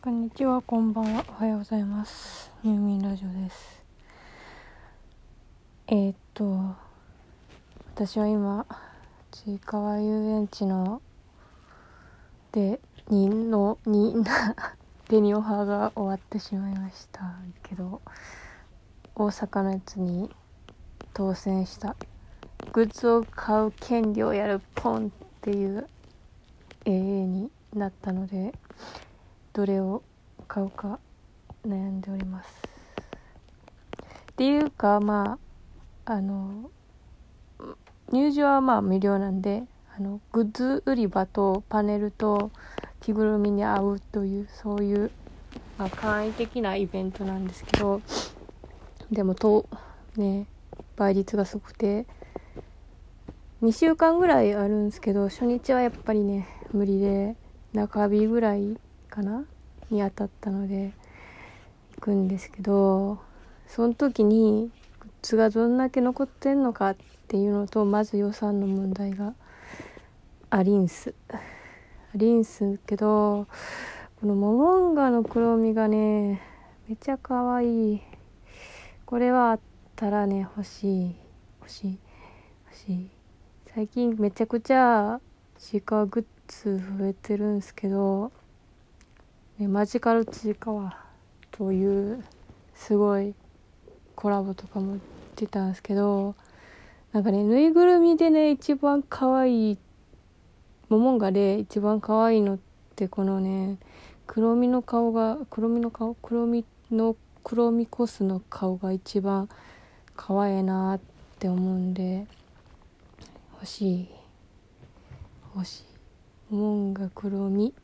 こんにちは、こんばんは、おはようございます。ミューミンラジオです。私は今ちいかわ遊園地でデニオハが終わってしまいましたけど、大阪のやつに当選したグッズを買う権利をやるポンっていうになったので、どれを買うか悩んでおります。っていうか、入場は無料なんで、グッズ売り場とパネルと着ぐるみに合うという、そういう、簡易的なイベントなんですけど、でも倍率がすごくて、2週間ぐらいあるんですけど、初日はやっぱりね無理で、中日ぐらいかなに当たったので行くんですけど、その時にグッズがどんだけ残ってんのかっていうのと、まず予算の問題がありんすけど、このモモンガの黒みがねめちゃ可愛い。これはあったらね欲しい。最近めちゃくちゃちいかわグッズ増えてるんすけど、マジカルちいかわというすごいコラボとかも出たんですけど、ぬいぐるみでね一番可愛い、モモンガで一番可愛いのってこのね黒みコスの顔が一番可愛いなって思うんで、欲しいモモンガ黒み。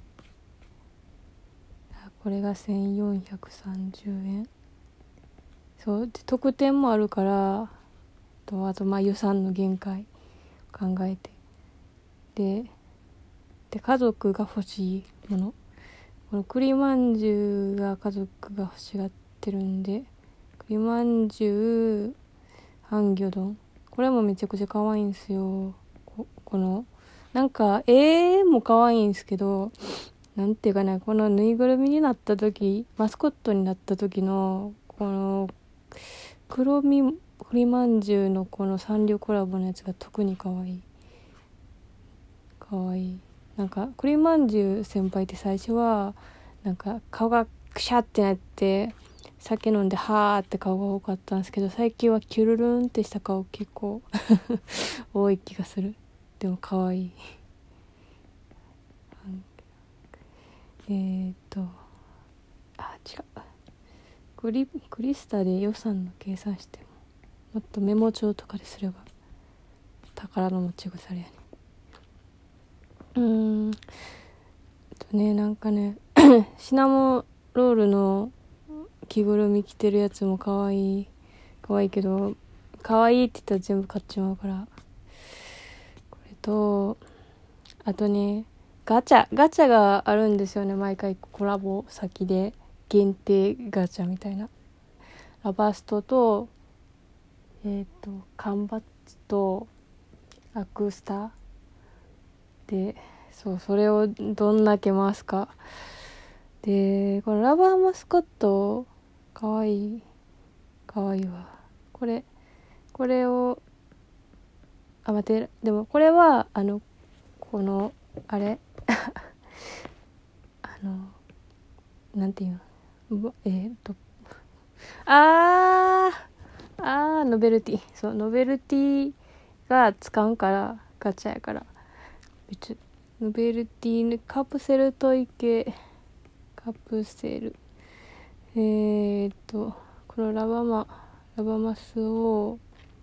これが1430円。そうで、特典もあるから、あと予算の限界考えて、で家族が欲しいもの、この栗まんじゅうが家族が欲しがってるんで、栗まんじゅう半魚丼、これもめちゃくちゃ可愛いんですよ。この絵も可愛いんですけど、なんていうかね、このぬいぐるみになった時、マスコットになった時のこの栗まんじゅうのこのサンリオコラボのやつが特に可愛い。栗まんじゅう先輩って最初は顔がクシャってなって酒飲んではーって顔が多かったんですけど、最近はキュルルンってした顔結構多い気がする。でも可愛い。違う、クリスタで予算の計算してもっとメモ帳とかですれば宝の持ち腐れやね。シナモロールの着ぐるみ着てるやつも可愛いけど、可愛いって言ったら全部買っちまうから、これとあとねガチャがあるんですよね。毎回コラボ先で限定ガチャみたいな。ラバストと缶バッジとアクスタで、それをどんだけ回すかで、このラバーマスコットかわいいわ。これをでもこれはこのあれなんていうの、ノベルティが使うからガチャやから、ノベルティカプセルトイ系、カプセルこのラバマスを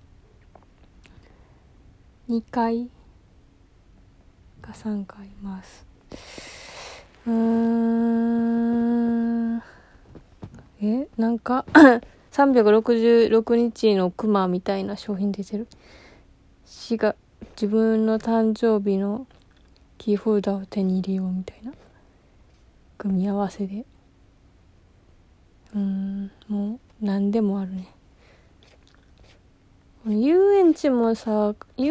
2回か3回回す。366日のクマみたいな商品出てる。自分の誕生日のキーホルダーを手に入れようみたいな組み合わせで、もう何でもあるね。遊園地の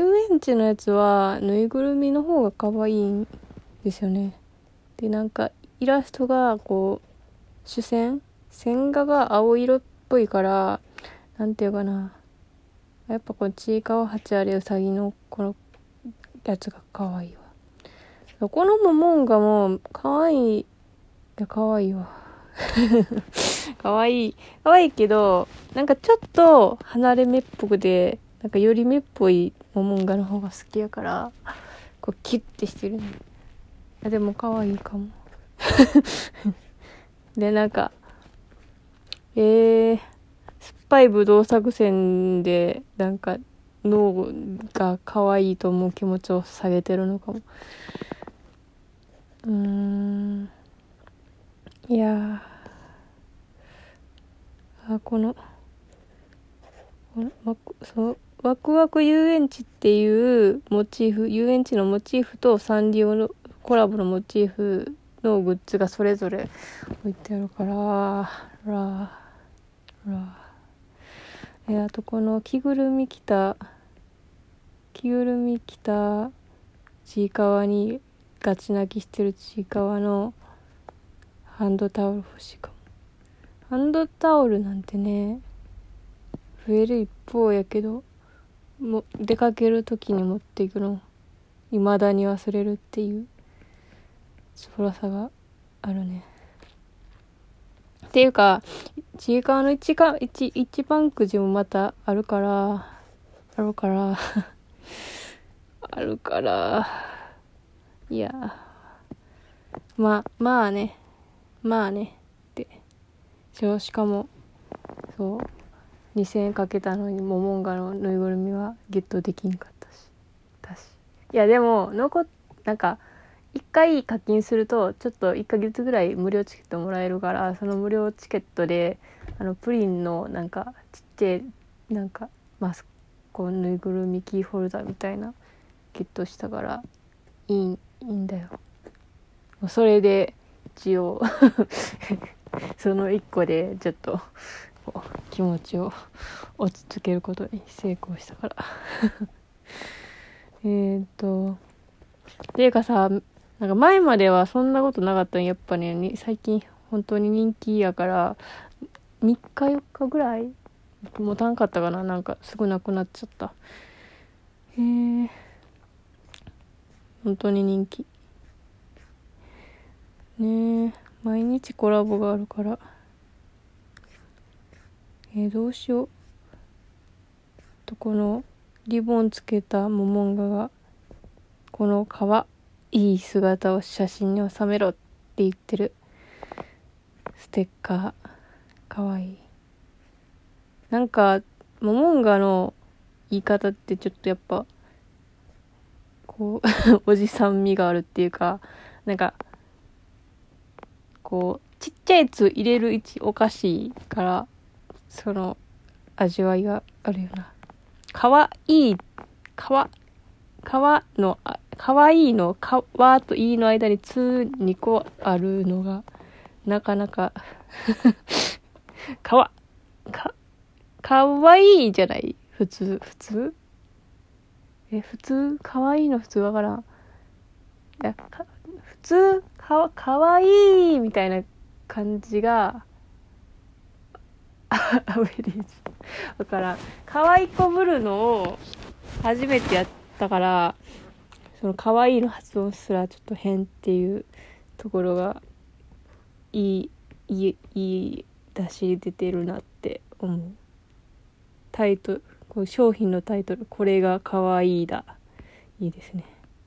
やつはぬいぐるみの方が可愛いんですよね。でイラストがこう線画が青色っぽいから、なんていうかな、やっぱこのちいかわ8あれうさぎのこのやつが可愛いわ。このモモンガも可愛い。いや可愛いわ。可愛いけど、なんかちょっと離れ目っぽくで、なんかより目っぽいモモンガの方が好きやから、こうキュッてしてるね。でも可愛いかも。で、なんか、酸っぱいぶどう作戦で、なんか脳が可愛いと思う気持ちを下げてるのかも。いやー、このワクワク遊園地っていうモチーフ、遊園地のモチーフとサンリオのコラボのモチーフのグッズがそれぞれ置いてあるから、あとこの着ぐるみ着たちいかわにガチ泣きしてるちいかわのハンドタオル欲しいかも。ハンドタオルなんてね、増える一方やけど、も出かける時に持っていくの未だに忘れるっていう辛さがあるね。っていうか、ちいかわの一番くじもまたあるからいやまあねってしかもそう2000円かけたのにモモンガのぬいぐるみはゲットできんかったし、いやでもなんか1回課金するとちょっと1ヶ月ぐらい無料チケットもらえるから、その無料チケットでプリンのなんかちっちゃいなんかこうぬいぐるみキーホルダーみたいなゲットしたからいいんだよ。それで一応その1個でちょっと気持ちを落ち着けることに成功したからっていうかさ、なんか前まではそんなことなかったんやっぱね、最近本当に人気やから3日4日ぐらい持たんかったかな、なんかすぐなくなっちゃった。本当に人気ね。毎日コラボがあるからどうしようと。このリボンつけたモモンガがこのかわいい姿を写真に収めろって言ってるステッカーかわいい。なんかモモンガの言い方ってちょっとやっぱこうおじさん味があるっていうか、なんかこうちっちゃいやつ入れる位置おかしいからその味わいがあるよな。かわいいのかわといいの間に2個あるのがなかなかかわいいじゃない。普通かわいいの普通わからん。いや普通かわいいみたいな感じがアベレージだからかわいこぶるのを初めてやったから、そのかわいいの発音すらちょっと変っていうところがいい出し出てるなって思う。こう商品のタイトル、これがかわいいだ、いいですね。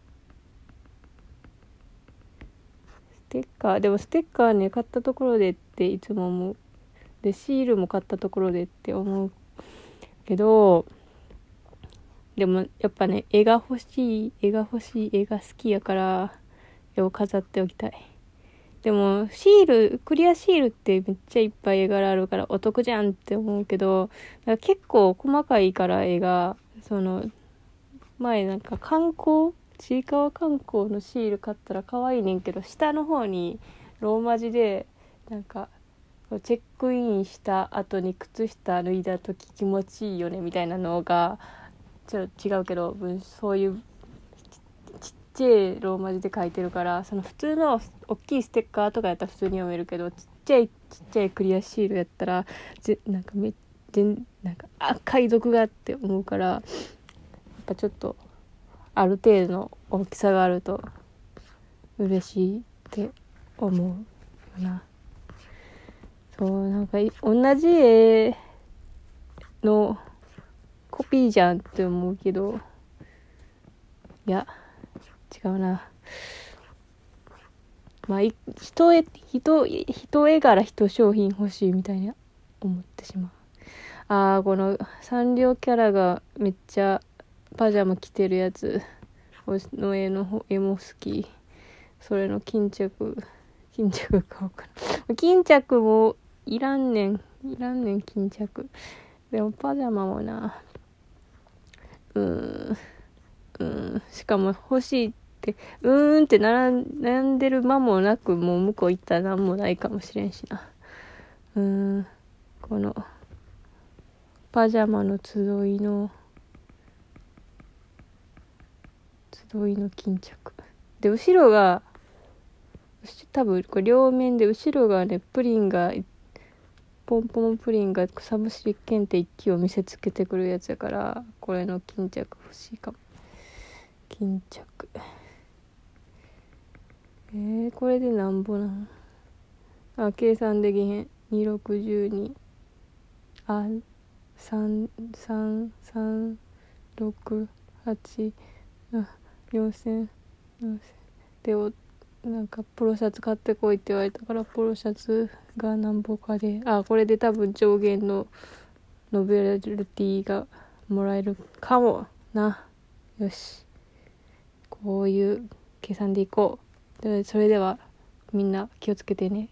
ステッカーね、買ったところでっていつも思う。でシールも買ったところでって思うけど、でもやっぱね、絵が好きやから絵を飾っておきたい。でもクリアシールってめっちゃいっぱい絵柄あるからお得じゃんって思うけど、結構細かいから絵が、前なんかちいかわ観光のシール買ったら可愛いねんけど、下の方にローマ字でなんかチェックインした後に靴下脱いだ時気持ちいいよねみたいなのがちょっと違うけど、そういうちっちゃいローマ字で書いてるから、その普通の大きいステッカーとかやったら普通に読めるけど、ちっちゃいクリアシールやったらなんかなんか赤い毒がって思うから、やっぱちょっとある程度の大きさがあると嬉しいって思うよな。そうなんか同じ絵のコピーじゃんって思うけど、いや違うな。まあ人絵柄人商品欲しいみたいに思ってしまう。このサンリオキャラがめっちゃパジャマ着てるやつの絵も好き。それの巾着買おうかな。巾着もいらんねん巾着。でもパジャマもな、しかも欲しいってって悩んでる間もなく、もう向こう行ったら何もないかもしれんしな。このパジャマの集いの巾着で、後ろが多分これ両面で、後ろがねポンポンプリンが草むしり検定1期を見せつけてくるやつやから、これの巾着欲しいかも。巾着これでなんぼなん？計算できへん。260に33368 4000でなんかポロシャツ買ってこいって言われたから、ポロシャツがなんぼかで、これで多分上限のノベルティがもらえるかもな。よし、こういう計算でいこう。それではみんな気をつけてね。